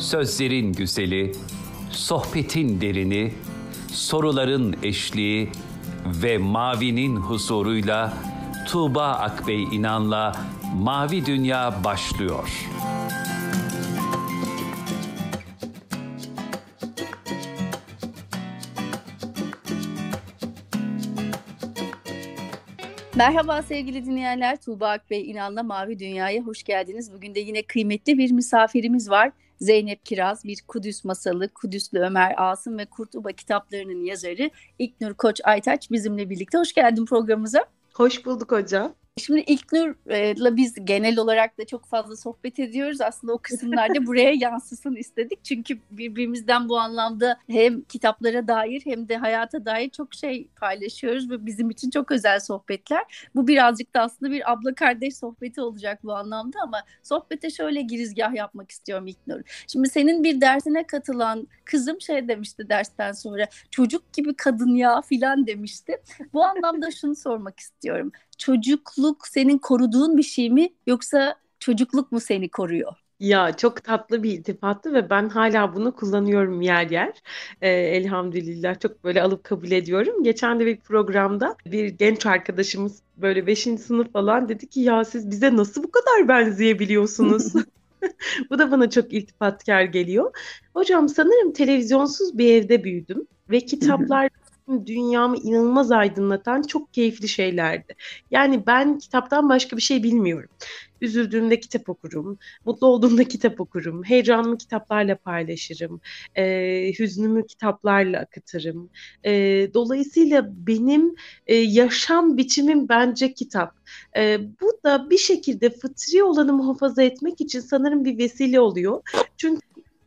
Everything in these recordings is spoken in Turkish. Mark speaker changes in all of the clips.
Speaker 1: Sözlerin güzeli, sohbetin derini, soruların eşliği ve mavinin huzuruyla Tuğba Akbey İnan'la Mavi Dünya başlıyor.
Speaker 2: Merhaba sevgili dinleyenler, Tuğba Akbey İnan'la Mavi Dünya'ya hoş geldiniz. Bugün de yine kıymetli bir misafirimiz var. Zeynep Kiraz, bir Kudüs masalı, Kudüslü Ömer Asım ve Kurtuba kitaplarının yazarı İlknur Koç Aytaç bizimle birlikte. Hoş geldin programımıza.
Speaker 3: Hoş bulduk hocam.
Speaker 2: Şimdi İlknur'la biz genel olarak da çok fazla sohbet ediyoruz. Aslında o kısımlarda buraya yansısın istedik. Çünkü birbirimizden bu anlamda hem kitaplara dair hem de hayata dair çok şey paylaşıyoruz ve bizim için çok özel sohbetler. Bu birazcık da aslında bir abla kardeş sohbeti olacak bu anlamda ama sohbete şöyle girizgah yapmak istiyorum İlknur. Şimdi senin bir dersine katılan kızım şey demişti dersten sonra, çocuk gibi kadın ya filan demişti. Bu anlamda şunu sormak istiyorum. Çocukluk senin koruduğun bir şey mi yoksa çocukluk mu seni koruyor?
Speaker 3: Ya çok tatlı bir iltifattı ve ben hala bunu kullanıyorum yer yer. Elhamdülillah çok böyle alıp kabul ediyorum. Geçen de bir programda bir genç arkadaşımız böyle beşinci sınıf falan dedi ki ya siz bize nasıl bu kadar benzeyebiliyorsunuz? Bu da bana çok iltifatkar geliyor. Hocam sanırım televizyonsuz bir evde büyüdüm ve kitaplar dünyamı inanılmaz aydınlatan çok keyifli şeylerdi. Yani ben kitaptan başka bir şey bilmiyorum. Üzüldüğümde kitap okurum, mutlu olduğumda kitap okurum, heyecanımı kitaplarla paylaşırım, hüznümü kitaplarla akıtırım. Dolayısıyla benim yaşam biçimim bence kitap. Bu da bir şekilde fıtri olanı muhafaza etmek için sanırım bir vesile oluyor. Çünkü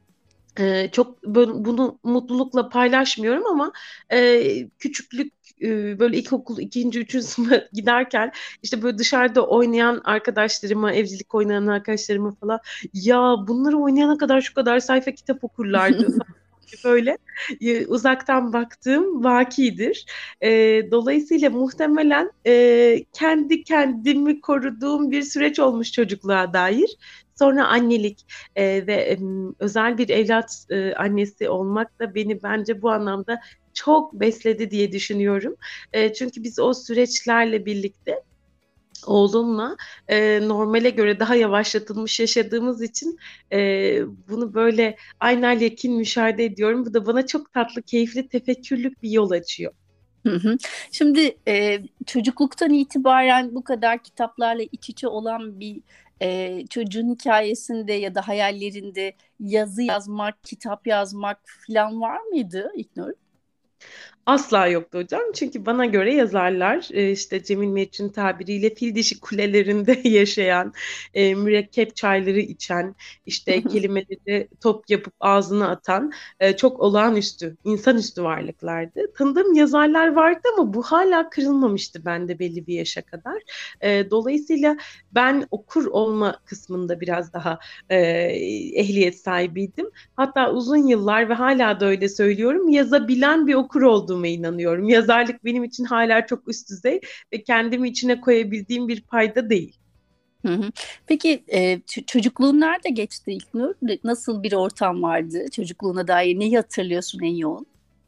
Speaker 3: çok bunu mutlulukla paylaşmıyorum ama küçüklük böyle ilkokul ikinci, üçüncü sınıfa giderken işte böyle dışarıda oynayan arkadaşlarıma, evcilik oynayan arkadaşlarıma falan ya bunları oynayana kadar şu kadar sayfa kitap okurlardı falan böyle uzaktan baktığım vakidir. Dolayısıyla muhtemelen kendi kendimi koruduğum bir süreç olmuş çocukluğa dair. Sonra annelik ve özel bir evlat annesi olmak da beni bence bu anlamda çok besledi diye düşünüyorum. Çünkü biz o süreçlerle birlikte oğlumla normale göre daha yavaşlatılmış yaşadığımız için bunu böyle aynel yakin müşahede ediyorum. Bu da bana çok tatlı, keyifli, tefekkürlük bir yol açıyor.
Speaker 2: Hı hı. Şimdi çocukluktan itibaren bu kadar kitaplarla iç içe olan bir çocuğun hikayesinde ya da hayallerinde yazı yazmak, kitap yazmak falan var mıydı İlknur?
Speaker 3: Asla yoktu hocam. Çünkü bana göre yazarlar işte Cemil Meriç'in tabiriyle fil dişi kulelerinde yaşayan, mürekkep çayları içen, işte kelimeleri top yapıp ağzına atan çok olağanüstü, insanüstü varlıklardı. Tanıdığım yazarlar vardı ama bu hala kırılmamıştı bende belli bir yaşa kadar. Dolayısıyla ben okur olma kısmında biraz daha ehliyet sahibiydim. Hatta uzun yıllar ve hala da öyle söylüyorum, yazabilen bir okur olduğuma inanıyorum. Yazarlık benim için hala çok üst düzey ve kendimi içine koyabildiğim bir payda değil.
Speaker 2: Hı hı. Peki çocukluğun nerede geçti İlknur? Nasıl bir ortam vardı? Çocukluğuna dair neyi hatırlıyorsun en yoğun?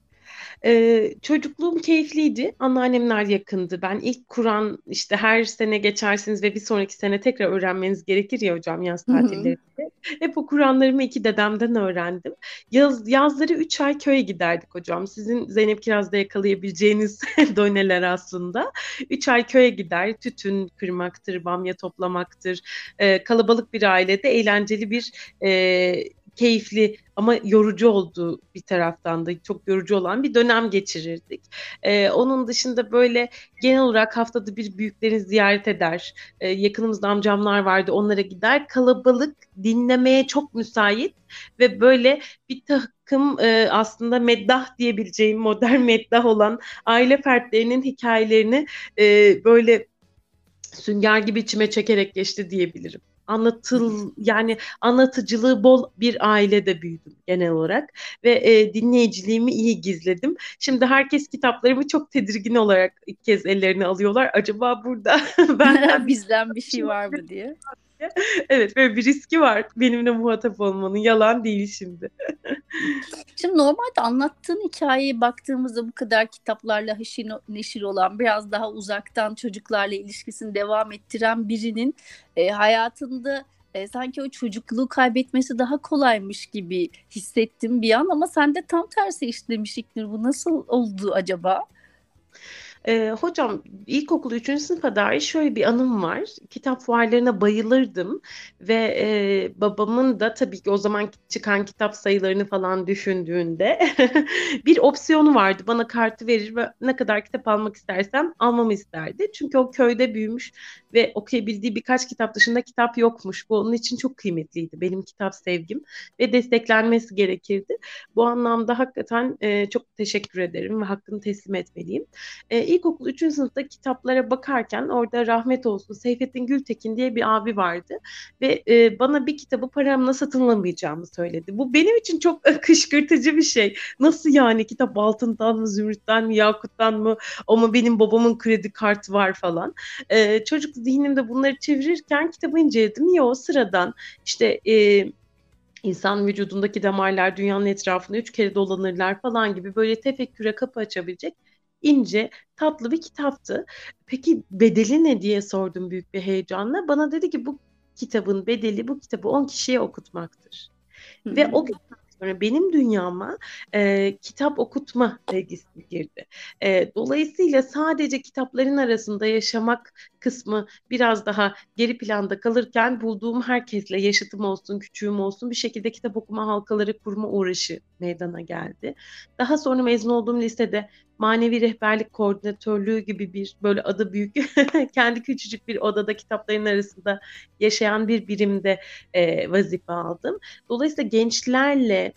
Speaker 3: Çocukluğum keyifliydi. Anneannemler yakındı. Ben ilk Kur'an işte her sene geçersiniz ve bir sonraki sene tekrar öğrenmeniz gerekir ya hocam yaz
Speaker 2: Hı hı.
Speaker 3: tatillerinde. Hep o Kur'anlarımı iki dedemden öğrendim. Yazları 3 ay köye giderdik hocam. Sizin Zeynep Kiraz'da yakalayabileceğiniz doneler aslında. 3 ay köye gider. Tütün kırmaktır, bamya toplamaktır. Kalabalık bir ailede eğlenceli bir keyifli ama yorucu olduğu bir taraftan da çok yorucu olan bir dönem geçirirdik. Onun dışında böyle genel olarak haftada bir büyükleri ziyaret eder. Yakınımızda amcamlar vardı, onlara gider. Kalabalık, dinlemeye çok müsait ve böyle bir takım aslında meddah diyebileceğim modern meddah olan aile fertlerinin hikayelerini böyle sünger gibi içime çekerek geçti diyebilirim. Yani anlatıcılığı bol bir ailede büyüdüm genel olarak ve dinleyiciliğimi iyi gizledim. Şimdi herkes kitaplarımı çok tedirgin olarak ilk kez ellerine alıyorlar. Acaba burada benden bir
Speaker 2: Bizden bir
Speaker 3: şey
Speaker 2: şey var
Speaker 3: olabilir
Speaker 2: mı diye.
Speaker 3: Evet, böyle bir riski var benimle muhatap olmanın. Yalan değil şimdi.
Speaker 2: Şimdi normalde anlattığın hikayeye baktığımızda bu kadar kitaplarla haşir neşir olan, biraz daha uzaktan çocuklarla ilişkisini devam ettiren birinin hayatında sanki o çocukluğu kaybetmesi daha kolaymış gibi hissettim bir an, ama sende tam tersi işlemiş İlknur. Bu nasıl oldu acaba?
Speaker 3: Hocam ilkokul 3. sınıfa dair şöyle bir anım var. Kitap fuarlarına bayılırdım ve babamın da tabii ki o zaman çıkan kitap sayılarını falan düşündüğünde bir opsiyonu vardı. Bana kartı verir ve ne kadar kitap almak istersem almamı isterdi. Çünkü o köyde büyümüş ve okuyabildiği birkaç kitap dışında kitap yokmuş. Bu onun için çok kıymetliydi. Benim kitap sevgim ve desteklenmesi gerekirdi. Bu anlamda hakikaten çok teşekkür ederim ve hakkını teslim etmeliyim. İlkokul 3. sınıfta kitaplara bakarken orada rahmet olsun Seyfettin Gültekin diye bir abi vardı ve bana bir kitabı paramla satın alamayacağımı söyledi. Bu benim için çok kışkırtıcı bir şey. Nasıl yani, kitap altından mı, zümrütten mi, yakuttan mı? Ama benim babamın kredi kartı var falan. Çocuk zihnimde bunları çevirirken kitabı inceledim. Ya o sıradan işte İnsan vücudundaki damarlar dünyanın etrafında 3 kere dolanırlar falan gibi böyle tefekküre kapı açabilecek ince, tatlı bir kitaptı. Peki bedeli ne diye sordum büyük bir heyecanla. Bana dedi ki bu kitabın bedeli bu kitabı 10 kişiye okutmaktır. Ve o günden sonra benim dünyama kitap okutma sevgisi girdi. Dolayısıyla sadece kitapların arasında yaşamak kısmı biraz daha geri planda kalırken bulduğum herkesle yaşıtım olsun, küçüğüm olsun bir şekilde kitap okuma halkaları kurma uğraşı meydana geldi. Daha sonra mezun olduğum lisede manevi rehberlik koordinatörlüğü gibi bir böyle adı büyük kendi küçücük bir odada kitapların arasında yaşayan bir birimde vazife aldım. Dolayısıyla gençlerle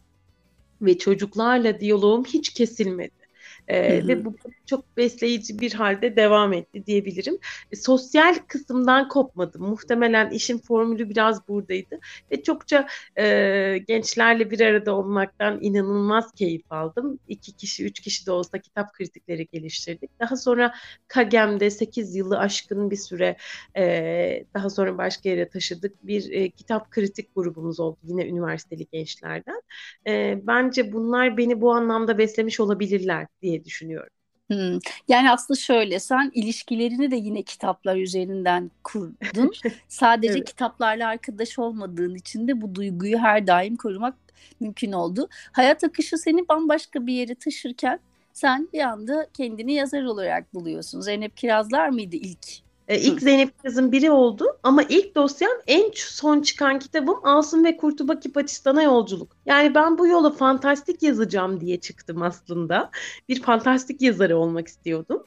Speaker 3: ve çocuklarla diyaloğum hiç kesilmedi. Ve bu çok besleyici bir halde devam etti diyebilirim. Sosyal kısımdan kopmadım. Muhtemelen işin formülü biraz buradaydı. Ve çokça gençlerle bir arada olmaktan inanılmaz keyif aldım. 2 kişi, 3 kişi de olsa kitap kritikleri geliştirdik. Daha sonra KAGEM'de 8 yılı aşkın bir süre daha sonra başka yere taşıdık. Bir kitap kritik grubumuz oldu yine üniversiteli gençlerden. Bence bunlar beni bu anlamda beslemiş olabilirler diye düşünüyorum.
Speaker 2: Yani aslında şöyle, sen ilişkilerini de yine kitaplar üzerinden kurdun. Sadece
Speaker 3: Evet.
Speaker 2: kitaplarla arkadaş olmadığın için de bu duyguyu her daim korumak mümkün oldu. Hayat akışı seni bambaşka bir yere taşırken sen bir anda kendini yazar olarak buluyorsun. Zeynep Kirazlar mıydı ilk?
Speaker 3: İlk Zeynep Kiraz'ın biri oldu ama ilk dosyam en son çıkan kitabım Asım ve Kurtubaki Pakistan'a Yolculuk. Yani ben bu yola fantastik yazacağım diye çıktım aslında. Bir fantastik yazarı olmak istiyordum.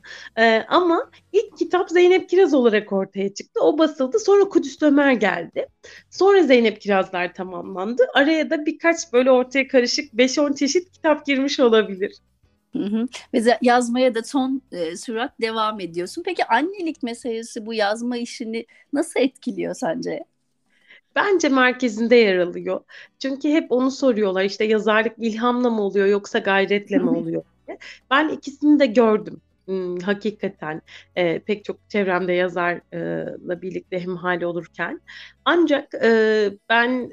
Speaker 3: Ama ilk kitap Zeynep Kiraz olarak ortaya çıktı. O basıldı. Sonra Kudüs Ömer geldi. Sonra Zeynep Kirazlar tamamlandı. Araya da birkaç böyle ortaya karışık 5-10 çeşit kitap girmiş olabilir.
Speaker 2: Ve yazmaya da son sürat devam ediyorsun. Peki annelik meselesi bu yazma işini nasıl etkiliyor sence?
Speaker 3: Bence merkezinde yer alıyor. Çünkü hep onu soruyorlar, işte yazarlık ilhamla mı oluyor yoksa gayretle mi oluyor diye. Ben ikisini de gördüm. Hakikaten pek çok çevremde yazarla birlikte hemhal olurken. Ancak ben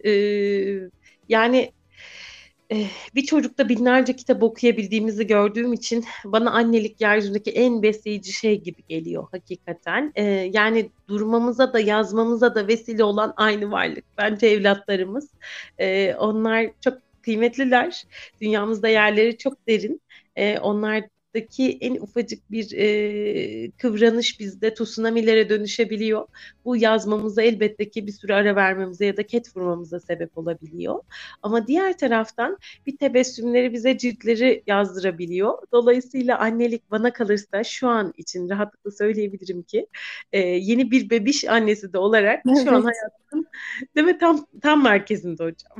Speaker 3: yani bir çocukta binlerce kitap okuyabildiğimizi gördüğüm için bana annelik yeryüzündeki en besleyici şey gibi geliyor hakikaten. Yani durmamıza da yazmamıza da vesile olan aynı varlık. Bence evlatlarımız. Onlar çok kıymetliler. Dünyamızda yerleri çok derin. Onlardaki en ufacık bir kıvranış bizde tsunami'lere dönüşebiliyor. Bu yazmamıza elbette ki bir süre ara vermemize ya da ket vurmamıza sebep olabiliyor. Ama diğer taraftan bir tebessümleri bize ciltleri yazdırabiliyor. Dolayısıyla annelik bana kalırsa şu an için rahatlıkla söyleyebilirim ki yeni bir bebiş annesi de olarak şu an
Speaker 2: Evet.
Speaker 3: hayatımın değil mi, tam merkezinde hocam.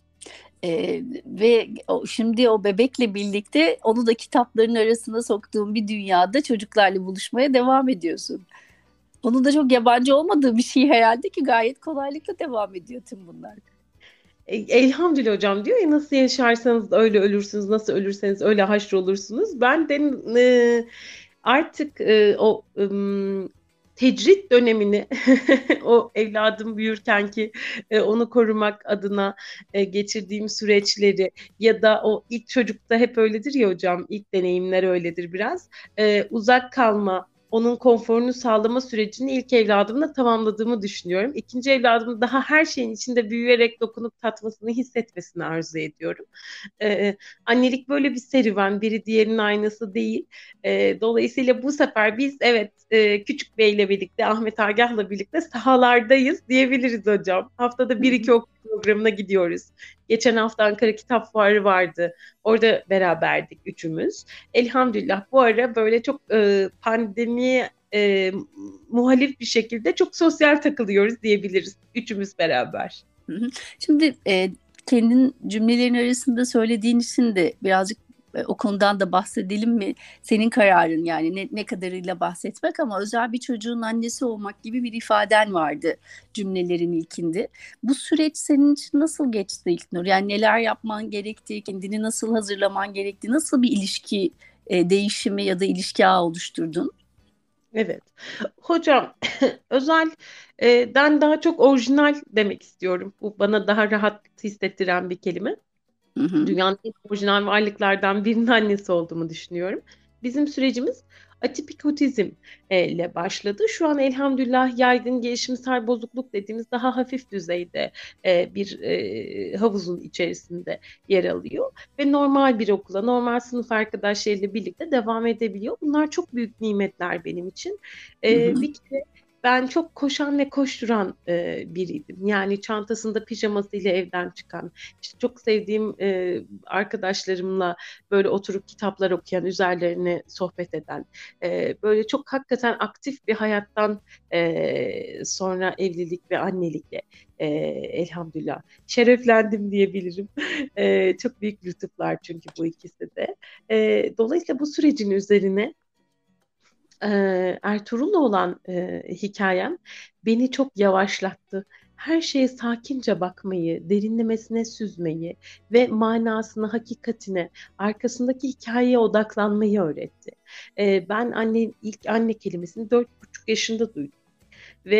Speaker 2: Ve şimdi o bebekle birlikte onu da kitapların arasına soktuğun bir dünyada çocuklarla buluşmaya devam ediyorsun. Onun da çok yabancı olmadığı bir şey herhalde ki gayet kolaylıkla devam ediyor tüm bunlar.
Speaker 3: Elhamdülillah hocam, diyor ya, nasıl yaşarsanız öyle ölürsünüz, nasıl ölürseniz öyle haşrolursunuz. Ben de artık o tecrit dönemini o evladım büyürken ki onu korumak adına geçirdiğim süreçleri ya da o ilk çocukta hep öyledir ya hocam, ilk deneyimler öyledir biraz. Uzak kalma, onun konforunu sağlama sürecini ilk evladımla tamamladığımı düşünüyorum. İkinci evladımın daha her şeyin içinde büyüyerek dokunup tatmasını, hissetmesini arzu ediyorum. Annelik böyle bir serüven, biri diğerinin aynası değil. Dolayısıyla bu sefer biz evet Küçük Bey'le birlikte, Ahmet Agah'la birlikte sahalardayız diyebiliriz hocam. Haftada bir iki okul programına gidiyoruz. Geçen hafta Ankara Kitap Fuarı vardı. Orada beraberdik üçümüz. Elhamdülillah bu ara böyle çok pandemiye muhalif bir şekilde çok sosyal takılıyoruz diyebiliriz. Üçümüz beraber.
Speaker 2: Şimdi kendin cümlelerin arasında söylediğin için de birazcık o konudan da bahsedelim mi? Senin kararın yani ne kadarıyla bahsetmek, ama özel bir çocuğun annesi olmak gibi bir ifaden vardı cümlelerin ilkinde. Bu süreç senin için nasıl geçti İlknur? Yani neler yapman gerekti, kendini nasıl hazırlaman gerekti, nasıl bir ilişki değişimi ya da ilişki ağı oluşturdun?
Speaker 3: Evet. Hocam özelden daha çok orijinal demek istiyorum. Bu bana daha rahat hissettiren bir kelime.
Speaker 2: Hı hı.
Speaker 3: Dünyanın en orijinal varlıklardan birinin annesi olduğumu düşünüyorum. Bizim sürecimiz atipik otizm ile başladı. Şu an elhamdülillah yaygın gelişimsel bozukluk dediğimiz daha hafif düzeyde bir havuzun içerisinde yer alıyor. Ve normal bir okula, normal sınıf arkadaşlarıyla birlikte devam edebiliyor. Bunlar çok büyük nimetler benim için.
Speaker 2: Hı hı.
Speaker 3: Bir kere ben çok koşan ve koşturan biriydim. Yani çantasında pijamasıyla evden çıkan, işte çok sevdiğim arkadaşlarımla böyle oturup kitaplar okuyan, üzerlerine sohbet eden, böyle çok hakikaten aktif bir hayattan sonra evlilik ve annelikle elhamdülillah şereflendim diyebilirim. Çok büyük lütuflar çünkü bu ikisi de. Dolayısıyla bu sürecin üzerine Ertuğrul'la olan hikayem beni çok yavaşlattı. Her şeye sakince bakmayı, derinlemesine süzmeyi ve manasını, hakikatine, arkasındaki hikayeye odaklanmayı öğretti. Ben ilk anne kelimesini 4,5 yaşında duydum ve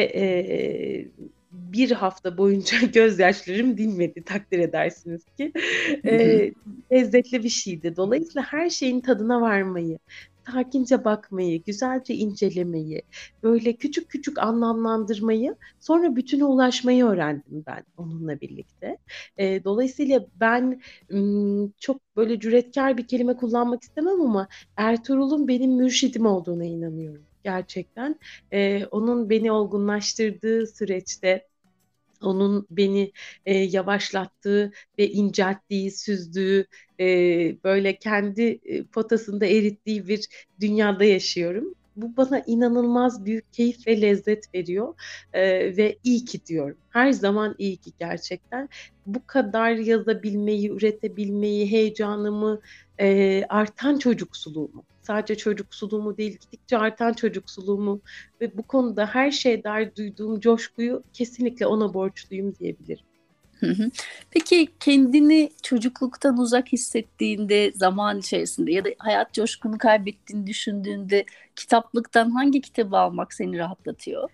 Speaker 3: bir hafta boyunca gözyaşlarım dinmedi, takdir edersiniz ki. Lezzetli bir şeydi. Dolayısıyla her şeyin tadına varmayı, sakince bakmayı, güzelce incelemeyi, böyle küçük küçük anlamlandırmayı, sonra bütüne ulaşmayı öğrendim ben onunla birlikte. Dolayısıyla ben çok böyle cüretkar bir kelime kullanmak istemem ama Ertuğrul'un benim mürşidim olduğuna inanıyorum gerçekten. Onun beni olgunlaştırdığı süreçte, onun beni yavaşlattığı ve incelttiği, süzdüğü, böyle kendi potasında erittiği bir dünyada yaşıyorum. Bu bana inanılmaz büyük keyif ve lezzet veriyor ve iyi ki diyorum. Her zaman iyi ki gerçekten. Bu kadar yazabilmeyi, üretebilmeyi, heyecanımı, artan çocuksuluğumu, sadece çocuksuluğumu değil, gittikçe artan çocuksuluğumu ve bu konuda her şeye dair duyduğum coşkuyu kesinlikle ona borçluyum diyebilirim.
Speaker 2: Peki kendini çocukluktan uzak hissettiğinde, zaman içerisinde ya da hayat coşkunu kaybettiğini düşündüğünde kitaplıktan hangi kitabı almak seni rahatlatıyor?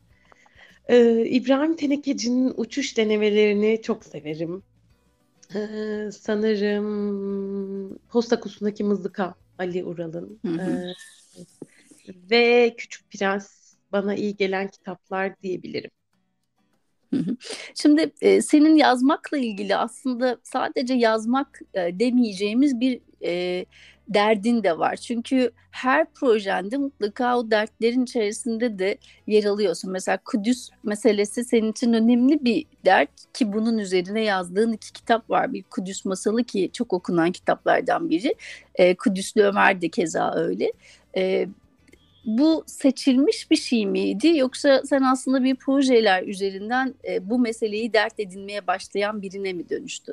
Speaker 3: İbrahim Tenekeci'nin uçuş denemelerini çok severim. Sanırım Posta Kutusu'ndaki Mızıka, Ali Ural'ın.
Speaker 2: Hı hı.
Speaker 3: Ve Küçük Prens bana iyi gelen kitaplar diyebilirim.
Speaker 2: Şimdi senin yazmakla ilgili aslında sadece yazmak demeyeceğimiz bir derdin de var. Çünkü her projende mutlaka o dertlerin içerisinde de yer alıyorsun. Mesela Kudüs meselesi senin için önemli bir dert ki bunun üzerine yazdığın 2 kitap var. Bir Kudüs Masalı ki çok okunan kitaplardan biri. Kudüslü Ömer de keza öyle. Bu seçilmiş bir şey miydi, yoksa sen aslında bir projeler üzerinden bu meseleyi dert edinmeye başlayan birine mi dönüştün?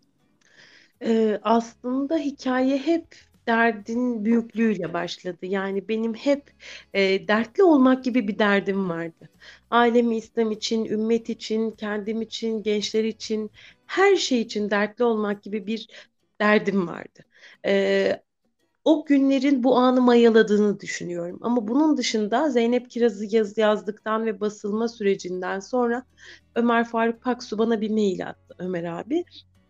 Speaker 3: Aslında hikaye hep derdin büyüklüğüyle başladı. Yani benim hep dertli olmak gibi bir derdim vardı. Alemi İslam için, ümmet için, kendim için, gençler için, her şey için dertli olmak gibi bir derdim vardı. o günlerin bu anı mayaladığını düşünüyorum. Ama bunun dışında Zeynep Kiraz'ı yazdıktan ve basılma sürecinden sonra Ömer Faruk Paksu bana bir mail attı, Ömer abi.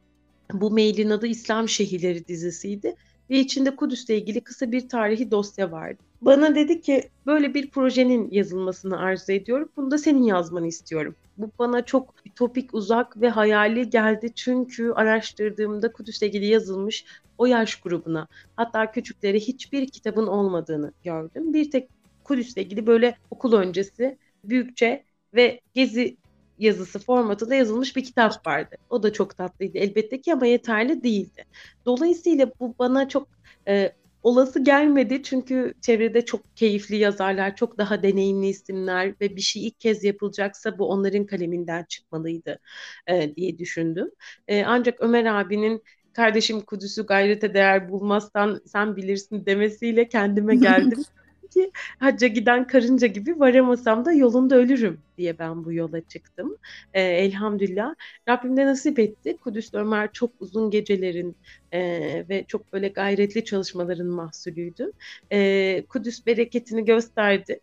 Speaker 3: Bu mailin adı İslam Şehirleri dizisiydi ve içinde Kudüs'le ilgili kısa bir tarihi dosya vardı. Bana dedi ki böyle bir projenin yazılmasını arzu ediyorum. Bunu da senin yazmanı istiyorum. Bu bana çok ütopik, uzak ve hayali geldi. Çünkü araştırdığımda Kudüs'le ilgili yazılmış o yaş grubuna, hatta küçüklere hiçbir kitabın olmadığını gördüm. Bir tek Kudüs'le ilgili böyle okul öncesi, büyükçe ve gezi yazısı formatında yazılmış bir kitap vardı. O da çok tatlıydı elbette ki ama yeterli değildi. Dolayısıyla bu bana çok olası gelmedi çünkü çevrede çok keyifli yazarlar, çok daha deneyimli isimler ve bir şey ilk kez yapılacaksa bu onların kaleminden çıkmalıydı diye düşündüm. Ancak Ömer abinin kardeşim Kudüs'ü gayrete değer bulmazsan sen bilirsin demesiyle kendime geldim ki hacca giden karınca gibi varamasam da yolunda ölürüm diye ben bu yola çıktım. Elhamdülillah Rabbim de nasip etti. Kudüs'te Ömer çok uzun gecelerin ve çok böyle gayretli çalışmaların mahsulüydü. Kudüs bereketini gösterdi.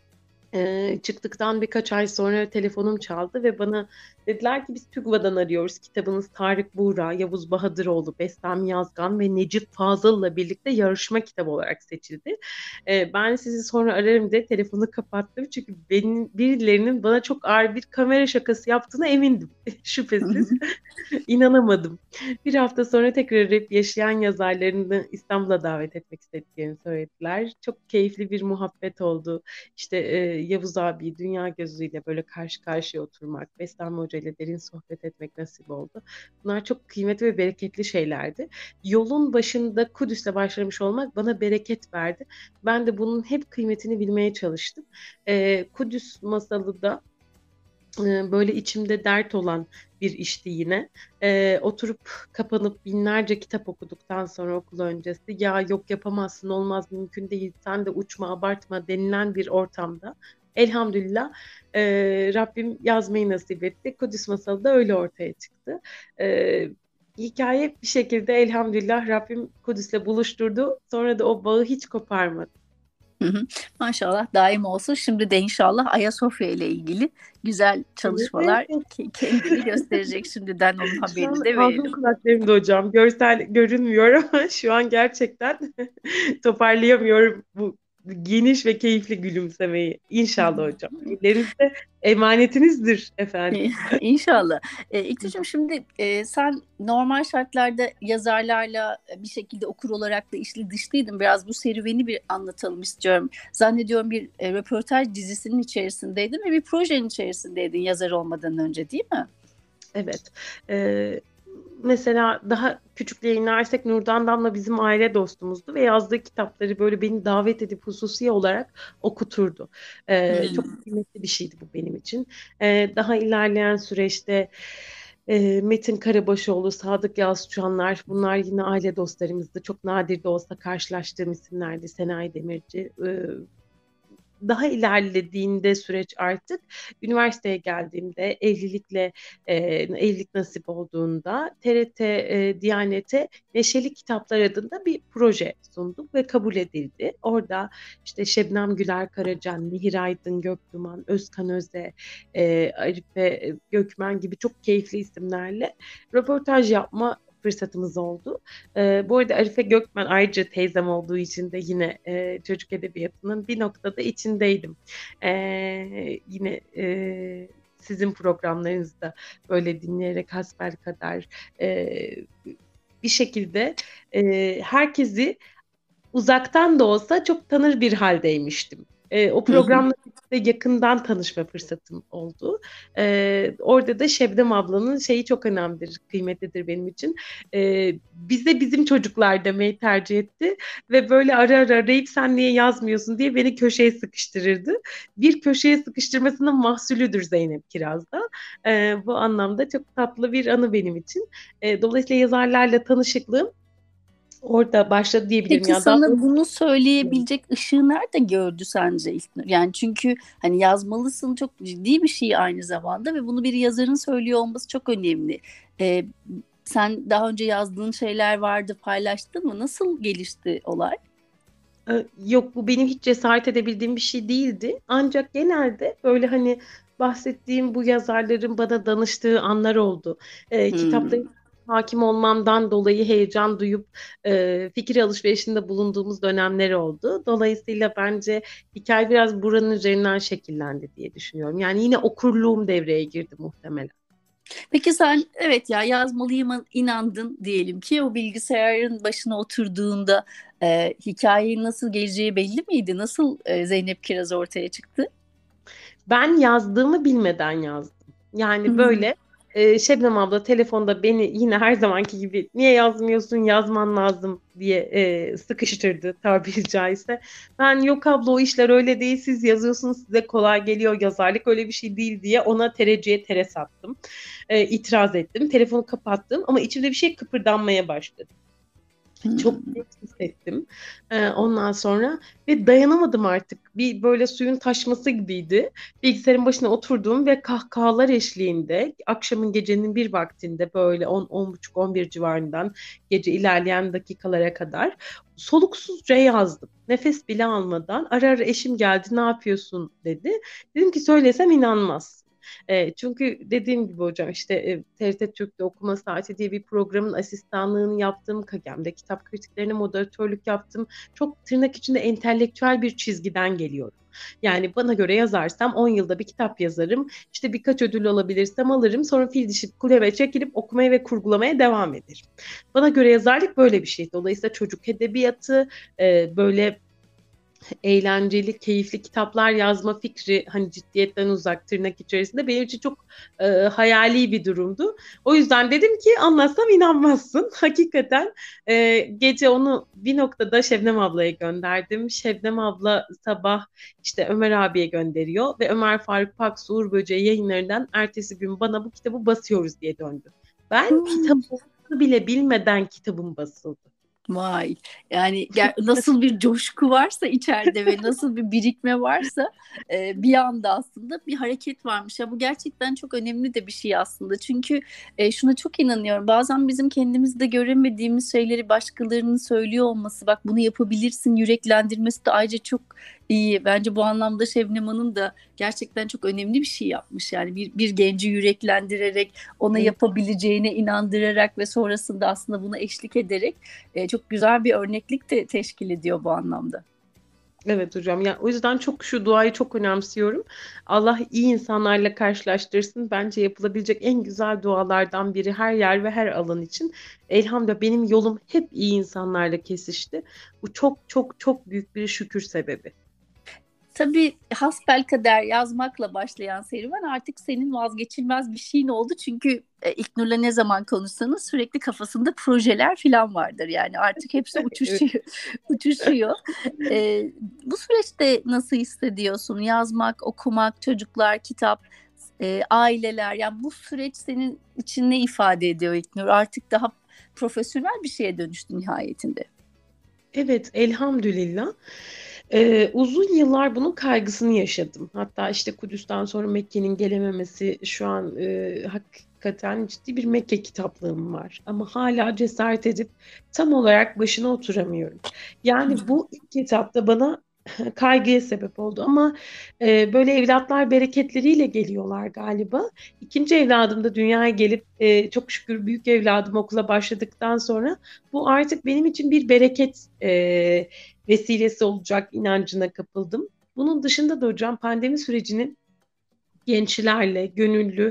Speaker 3: Çıktıktan birkaç ay sonra telefonum çaldı ve bana dediler ki biz TÜGVA'dan arıyoruz. Kitabınız Tarık Buğra, Yavuz Bahadıroğlu, Bestami Yazgan ve Necip Fazıl'la birlikte yarışma kitabı olarak seçildi. Ben sizi sonra ararım diye telefonu kapattım. Çünkü birilerinin bana çok ağır bir kamera şakası yaptığına emindim. Şüphesiz. İnanamadım. Bir hafta sonra tekrar arayıp yaşayan yazarlarını İstanbul'a davet etmek istediklerini söylediler. Çok keyifli bir muhabbet oldu. İşte Yavuz abi dünya gözüyle böyle karşı karşıya oturmak, Bestami Hoca ile derin sohbet etmek nasip oldu. Bunlar çok kıymetli ve bereketli şeylerdi. Yolun başında Kudüs'le başlamış olmak bana bereket verdi. Ben de bunun hep kıymetini bilmeye çalıştım. Kudüs masalı da böyle içimde dert olan bir işti yine. Oturup kapanıp binlerce kitap okuduktan sonra okul öncesi ya yok yapamazsın, olmaz, mümkün değil, sen de uçma, abartma denilen bir ortamda elhamdülillah Rabbim yazmayı nasip etti. Kudüs Masalı da öyle ortaya çıktı. Hikaye bir şekilde elhamdülillah Rabbim Kudüs'le buluşturdu. Sonra da o bağı hiç koparmadı.
Speaker 2: Hı hı. Maşallah daim olsun. Şimdi de inşallah Ayasofya ile ilgili güzel çalışmalar kendini gösterecek. Şimdiden onun
Speaker 3: Şu
Speaker 2: haberini
Speaker 3: an
Speaker 2: de
Speaker 3: ağzım
Speaker 2: verelim.
Speaker 3: kulaklarımda hocam. Görsel görünmüyor ama şu an gerçekten toparlayamıyorum bu geniş ve keyifli gülümsemeyi. İnşallah hocam. Ellerinizde emanetinizdir efendim.
Speaker 2: İnşallah. İkticim şimdi sen normal şartlarda yazarlarla bir şekilde okur olarak da içli dışlıydın. Biraz bu serüveni bir anlatalım istiyorum. Zannediyorum bir röportaj dizisinin içerisindeydin ve bir projenin içerisindeydin yazar olmadan önce, değil mi?
Speaker 3: Evet. Mesela daha küçükliğe inersek Nurdan Damla bizim aile dostumuzdu ve yazdığı kitapları böyle beni davet edip hususi olarak okuturdu. Çok kıymetli bir şeydi bu benim için. Daha ilerleyen süreçte Metin Karabaşoğlu, Sadık Yalçınlar bunlar yine aile dostlarımızdı. Çok nadir de olsa karşılaştığım isimlerdi. Senay Demirci. Daha ilerlediğinde süreç artık üniversiteye geldiğimde evlilik nasip olduğunda TRT Diyanet'e Neşeli Kitaplar adında bir proje sunduk ve kabul edildi. Orada işte Şebnem Güler Karacan, Nihir Aydın Gökduman, Özkan Öze, Arife Gökmen gibi çok keyifli isimlerle röportaj yapma fırsatımız oldu. Bu arada Arife Gökmen ayrıca teyzem olduğu için de yine çocuk edebiyatının bir noktada içindeydim. Yine sizin programlarınızda böyle dinleyerek hasbelkader bir şekilde herkesi uzaktan da olsa çok tanır bir haldeymiştim. O programla yakından tanışma fırsatım oldu. Orada da Şebnem ablanın şeyi çok önemlidir, kıymetlidir benim için. Bize bizim çocuklar demeyi tercih etti ve böyle ara ara arayıp sen niye yazmıyorsun diye beni köşeye sıkıştırırdı. Bir köşeye sıkıştırmasının mahsulüdür Zeynep Kiraz'da. Bu anlamda çok tatlı bir anı benim için. Dolayısıyla yazarlarla tanışıklığım orada başladı diyebilirim.
Speaker 2: Peki
Speaker 3: Ya
Speaker 2: sana bunu söyleyebilecek ışığı nerede gördü sence İlknur? Yani çünkü hani yazmalısın, çok ciddi bir şey aynı zamanda ve bunu bir yazarın söylüyor olması çok önemli. Sen daha önce yazdığın şeyler vardı, paylaştın mı? Nasıl gelişti olay?
Speaker 3: Yok, bu benim hiç cesaret edebildiğim bir şey değildi. Ancak genelde böyle hani bahsettiğim bu yazarların bana danıştığı anlar oldu. Kitaplara
Speaker 2: Hmm.
Speaker 3: hakim olmamdan dolayı heyecan duyup fikir alışverişinde bulunduğumuz dönemler oldu. Dolayısıyla bence hikaye biraz buranın üzerinden şekillendi diye düşünüyorum. Yani yine okurluğum devreye girdi muhtemelen.
Speaker 2: Peki sen evet ya yazmalıyım inandın diyelim ki o bilgisayarın başına oturduğunda hikayenin nasıl geleceği belli miydi? Nasıl Zeynep Kiraz ortaya çıktı?
Speaker 3: Ben yazdığımı bilmeden yazdım. Yani
Speaker 2: Hmm.
Speaker 3: böyle Şebnem abla telefonda beni yine her zamanki gibi niye yazmıyorsun, yazman lazım diye sıkıştırdı tabiri caizse. Ben yok abla, o işler öyle değil, siz yazıyorsunuz, size kolay geliyor, yazarlık öyle bir şey değil diye ona tereciye tere sattım. İtiraz ettim, telefonu kapattım ama içimde bir şey kıpırdanmaya başladı. Çok
Speaker 2: Hmm.
Speaker 3: net hissettim ondan sonra ve dayanamadım artık. Bir böyle suyun taşması gibiydi. Bilgisayarın başına oturdum ve kahkahalar eşliğinde akşamın, gecenin bir vaktinde böyle 10, 10.30, 11 civarından gece ilerleyen dakikalara kadar soluksuzca yazdım. Nefes bile almadan ara ara eşim geldi, ne yapıyorsun dedi. Dedim ki söylesem inanmaz. Çünkü dediğim gibi hocam işte TRT Türk'te Okuma Saati diye bir programın asistanlığını yaptım. KAGEM'de kitap kritiklerine moderatörlük yaptım. Çok tırnak içinde entelektüel bir çizgiden geliyorum. Yani bana göre yazarsam 10 yılda bir kitap yazarım. İşte birkaç ödül alabilirsem alırım. Sonra fil dişi kuleme çekilip okumaya ve kurgulamaya devam ederim. Bana göre yazarlık böyle bir şey. Dolayısıyla çocuk edebiyatı, böyle eğlenceli, keyifli kitaplar yazma fikri hani ciddiyetten uzak, tırnak içerisinde benim için çok hayali bir durumdu. O yüzden dedim ki anlatsam inanmazsın. Hakikaten gece onu bir noktada Şebnem ablaya gönderdim. Şebnem abla sabah işte Ömer abiye gönderiyor ve Ömer Faruk Paksu Uğur Böceği Yayınları'ndan ertesi gün bana bu kitabı basıyoruz diye döndü. Ben
Speaker 2: Hmm.
Speaker 3: kitabı bile bilmeden kitabım basıldı.
Speaker 2: Vay. Yani nasıl bir coşku varsa içeride ve nasıl bir birikme varsa bir anda aslında bir hareket varmış. Ya bu gerçekten çok önemli de bir şey aslında. Çünkü şuna çok inanıyorum. Bazen bizim kendimizde göremediğimiz şeyleri başkalarının söylüyor olması, bak bunu yapabilirsin yüreklendirmesi de ayrıca çok iyi. Bence bu anlamda Şebnem Hanım da gerçekten çok önemli bir şey yapmış. Yani bir genci yüreklendirerek, ona yapabileceğine inandırarak ve sonrasında aslında buna eşlik ederek çok güzel bir örneklik de teşkil ediyor bu anlamda.
Speaker 3: Evet hocam. Yani o yüzden çok şu duayı çok önemsiyorum. Allah iyi insanlarla karşılaştırsın. Bence yapılabilecek en güzel dualardan biri her yer ve her alan için. Elhamdülillah benim yolum hep iyi insanlarla kesişti. Bu çok çok çok büyük bir şükür sebebi.
Speaker 2: Tabii hasbelkader yazmakla başlayan serüven artık senin vazgeçilmez bir şeyin oldu. Çünkü İlknur'la ne zaman konuşsanız sürekli kafasında projeler falan vardır. Yani artık hepsi
Speaker 3: Evet.
Speaker 2: uçuşuyor. uçuşuyor. E, Bu süreçte nasıl hissediyorsun? Yazmak, okumak, çocuklar, kitap, aileler. Yani bu süreç senin için ne ifade ediyor İlknur? Artık daha profesyonel bir şeye dönüştü nihayetinde.
Speaker 3: Evet, elhamdülillah. Uzun yıllar bunun kaygısını yaşadım. Hatta işte Kudüs'ten sonra Mekke'nin gelememesi, şu an hakikaten ciddi bir Mekke kitaplığım var. Ama hala cesaret edip tam olarak başına oturamıyorum. Yani bu ilk kitapta bana kaygıya sebep oldu ama böyle evlatlar bereketleriyle geliyorlar galiba. İkinci evladım da dünyaya gelip çok şükür büyük evladım okula başladıktan sonra bu artık benim için bir bereket vesilesi olacak inancına kapıldım. Bunun dışında da hocam pandemi sürecinin gençlerle, gönüllü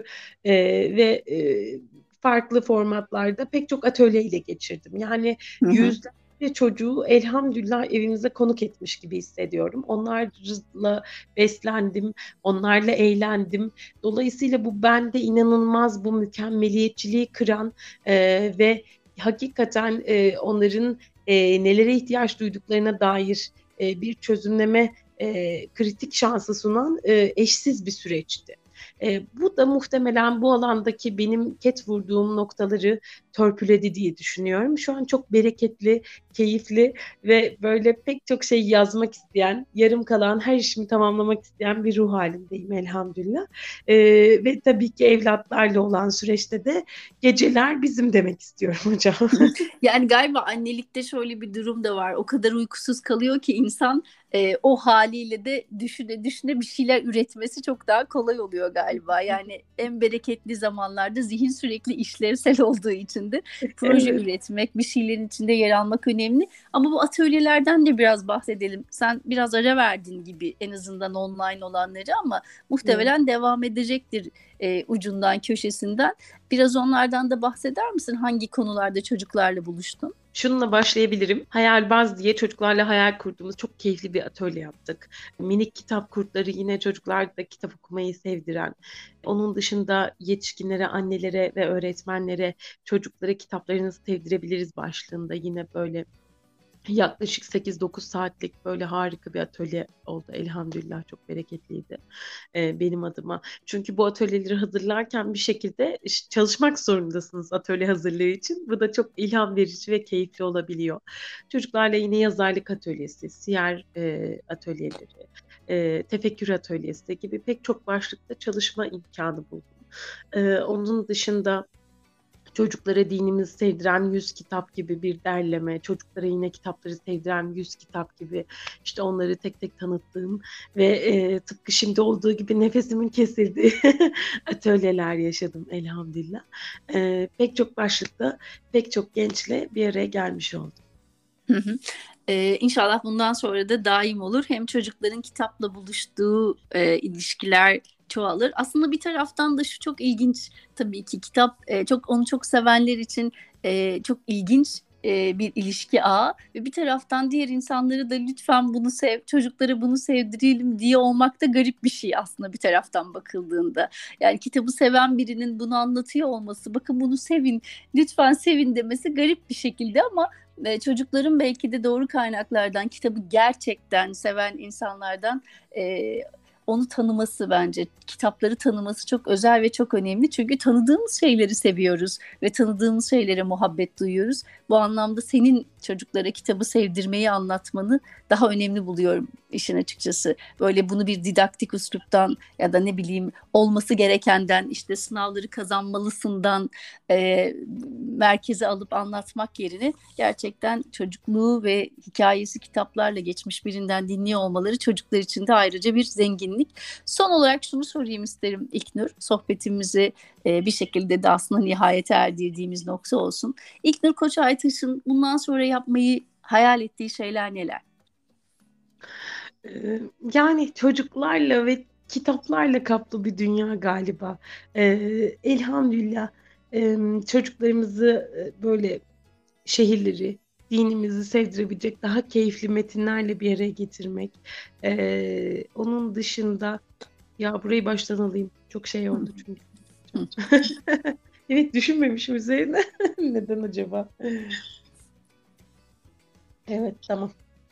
Speaker 3: ve farklı formatlarda pek çok atölyeyle geçirdim. Yani
Speaker 2: Hı hı.
Speaker 3: yüzlerce çocuğu elhamdülillah evimize konuk etmiş gibi hissediyorum. Onlarla beslendim, onlarla eğlendim. Dolayısıyla bu bende inanılmaz bu mükemmeliyetçiliği kıran ve hakikaten onların nelere ihtiyaç duyduklarına dair bir çözümleme kritik şansı sunan eşsiz bir süreçti. Bu da muhtemelen bu alandaki benim ket vurduğum noktaları törpüledi diye düşünüyorum. Şu an çok bereketli, keyifli ve böyle pek çok şey yazmak isteyen, yarım kalan her işimi tamamlamak isteyen bir ruh halindeyim elhamdülillah. Ve tabii ki evlatlarla olan süreçte de geceler bizim demek istiyorum hocam.
Speaker 2: Yani galiba annelikte şöyle bir durum da var. O kadar uykusuz kalıyor ki insan o haliyle de düşüne düşüne bir şeyler üretmesi çok daha kolay oluyor galiba. Yani en bereketli zamanlarda zihin sürekli işlevsel olduğu için de proje
Speaker 3: Evet.
Speaker 2: üretmek, bir şeylerin içinde yer almak önemli. Ama bu atölyelerden de biraz bahsedelim. Sen biraz ara verdin gibi, en azından online olanları, ama
Speaker 3: Evet.
Speaker 2: muhtemelen devam edecektir ucundan köşesinden. Biraz onlardan da bahseder misin? Hangi konularda çocuklarla buluştun?
Speaker 3: Şununla başlayabilirim. Hayalbaz diye çocuklarla hayal kurduğumuz çok keyifli bir atölye yaptık. Minik kitap kurtları, yine çocuklarda kitap okumayı sevdiren. Onun dışında yetişkinlere, annelere ve öğretmenlere çocuklara kitaplarınızı sevdirebiliriz başlığında yine böyle yaklaşık 8-9 saatlik böyle harika bir atölye oldu. Elhamdülillah çok bereketliydi benim adıma. Çünkü bu atölyeleri hazırlarken bir şekilde çalışmak zorundasınız atölye hazırlığı için. Bu da çok ilham verici ve keyifli olabiliyor. Çocuklarla yine yazarlık atölyesi, siyer atölyeleri, tefekkür atölyesi gibi pek çok başlıkta çalışma imkanı buldum. Onun dışında çocuklara dinimizi sevdiren 100 kitap gibi bir derleme, çocuklara yine kitapları sevdiren 100 kitap gibi işte onları tek tek tanıttığım ve tıpkı şimdi olduğu gibi nefesimin kesildiği atölyeler yaşadım elhamdülillah. Pek çok başlıkta pek çok gençle bir araya gelmiş oldum.
Speaker 2: Hı hı. İnşallah bundan sonra da daim olur. Hem çocukların kitapla buluştuğu ilişkiler çoğalır. Aslında bir taraftan da şu çok ilginç, tabii ki kitap onu çok sevenler için çok ilginç bir ilişki ağı, ve bir taraftan diğer insanları da lütfen bunu sev, çocuklara bunu sevdirelim diye olmak da garip bir şey aslında bir taraftan bakıldığında. Yani kitabı seven birinin bunu anlatıyor olması, bakın bunu sevin, lütfen sevin demesi garip bir şekilde, ama çocukların belki de doğru kaynaklardan, kitabı gerçekten seven insanlardan e, onu tanıması, bence kitapları tanıması çok özel ve çok önemli. Çünkü tanıdığımız şeyleri seviyoruz ve tanıdığımız şeylere muhabbet duyuyoruz. Bu anlamda senin çocuklara kitabı sevdirmeyi anlatmanı daha önemli buluyorum işin açıkçası. Böyle bunu bir didaktik üsluptan ya da ne bileyim olması gerekenden, işte sınavları kazanmalısından merkeze alıp anlatmak yerine gerçekten çocukluğu ve hikayesi kitaplarla geçmiş birinden dinliyor olmaları çocuklar için de ayrıca bir zenginlik. Son olarak şunu sorayım isterim İlknur. Sohbetimizi bir şekilde de aslında nihayete erdirdiğimiz nokta olsun. İlknur Koçaytaş'ın bundan sonra yapmayı hayal ettiği şeyler neler?
Speaker 3: Yani çocuklarla ve kitaplarla kaplı bir dünya galiba. Elhamdülillah çocuklarımızı böyle şehirleri, dinimizi sevdirebilecek daha keyifli metinlerle bir araya getirmek. Onun dışında ya burayı baştan alayım. Çok şey oldu çünkü. Evet, düşünmemişim üzerine. Neden acaba? Evet, tamam.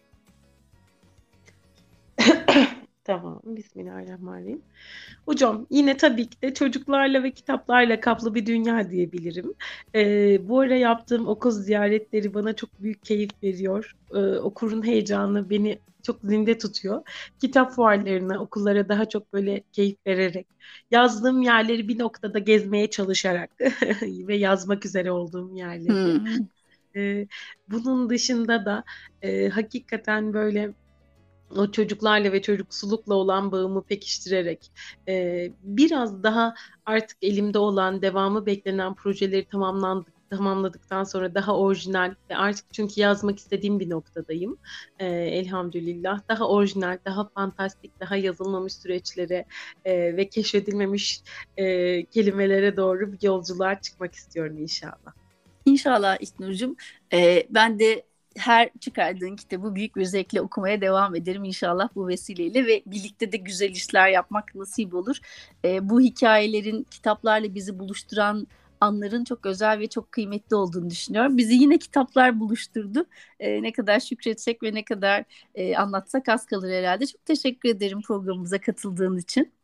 Speaker 3: Tamam, Bismillahirrahmanirrahim. Hocam yine tabii ki de çocuklarla ve kitaplarla kaplı bir dünya diyebilirim. Bu ara yaptığım okul ziyaretleri bana çok büyük keyif veriyor. Okurun heyecanı beni çok zinde tutuyor. Kitap fuarlarına, okullara daha çok böyle keyif vererek, yazdığım yerleri bir noktada gezmeye çalışarak ve yazmak üzere olduğum yerleri.
Speaker 2: Hmm.
Speaker 3: Bunun dışında da hakikaten böyle o çocuklarla ve çocuksulukla olan bağımı pekiştirerek biraz daha artık elimde olan devamı beklenen projeleri tamamladıktan sonra daha orijinal ve artık çünkü yazmak istediğim bir noktadayım. Elhamdülillah daha orijinal, daha fantastik, daha yazılmamış süreçlere ve keşfedilmemiş kelimelere doğru bir yolculuğa çıkmak istiyorum inşallah.
Speaker 2: İnşallah İlknur'cum. Ben de her çıkardığın kitabı büyük bir zevkle okumaya devam ederim inşallah bu vesileyle, ve birlikte de güzel işler yapmak nasip olur. Bu hikayelerin kitaplarla bizi buluşturan anların çok özel ve çok kıymetli olduğunu düşünüyorum. Bizi yine kitaplar buluşturdu. Ne kadar şükretsek ve ne kadar anlatsak az kalır herhalde. Çok teşekkür ederim programımıza katıldığın için.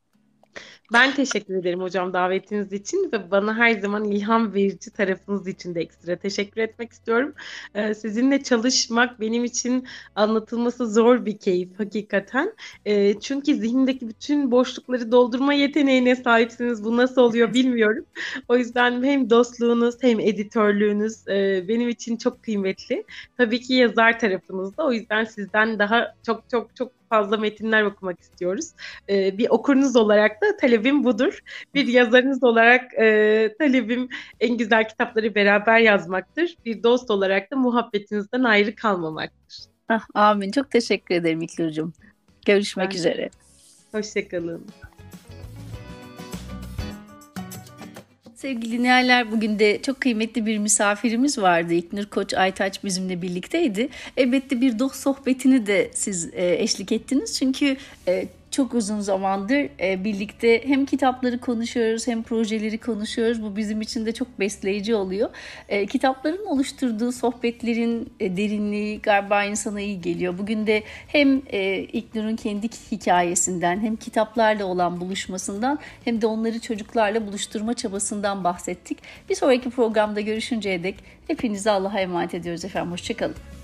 Speaker 3: Ben teşekkür ederim hocam davetiniz için ve bana her zaman ilham verici tarafınız için de ekstra teşekkür etmek istiyorum. Sizinle çalışmak benim için anlatılması zor bir keyif hakikaten. Çünkü zihnimdeki bütün boşlukları doldurma yeteneğine sahipsiniz. Bu nasıl oluyor bilmiyorum. O yüzden hem dostluğunuz hem editörlüğünüz benim için çok kıymetli. Tabii ki yazar tarafınızda. O yüzden sizden daha çok çok çok fazla metinler okumak istiyoruz. Bir okurunuz olarak da talebim budur. Bir yazarınız olarak talebim en güzel kitapları beraber yazmaktır. Bir dost olarak da muhabbetinizden ayrı kalmamaktır.
Speaker 2: Amin. Çok teşekkür ederim İlknur'cum. Görüşmek
Speaker 3: Ben
Speaker 2: üzere.
Speaker 3: Hoşçakalın.
Speaker 2: Sevgili dinleyenler, bugün de çok kıymetli bir misafirimiz vardı. İlknur Koç Aytaç bizimle birlikteydi. Elbette bir dost sohbetini de siz eşlik ettiniz. Çünkü çok uzun zamandır birlikte hem kitapları konuşuyoruz hem projeleri konuşuyoruz. Bu bizim için de çok besleyici oluyor. Kitapların oluşturduğu sohbetlerin derinliği galiba insana iyi geliyor. Bugün de hem İlknur'un kendi hikayesinden hem kitaplarla olan buluşmasından hem de onları çocuklarla buluşturma çabasından bahsettik. Bir sonraki programda görüşünceye dek hepinizi Allah'a emanet ediyoruz efendim. Hoşçakalın.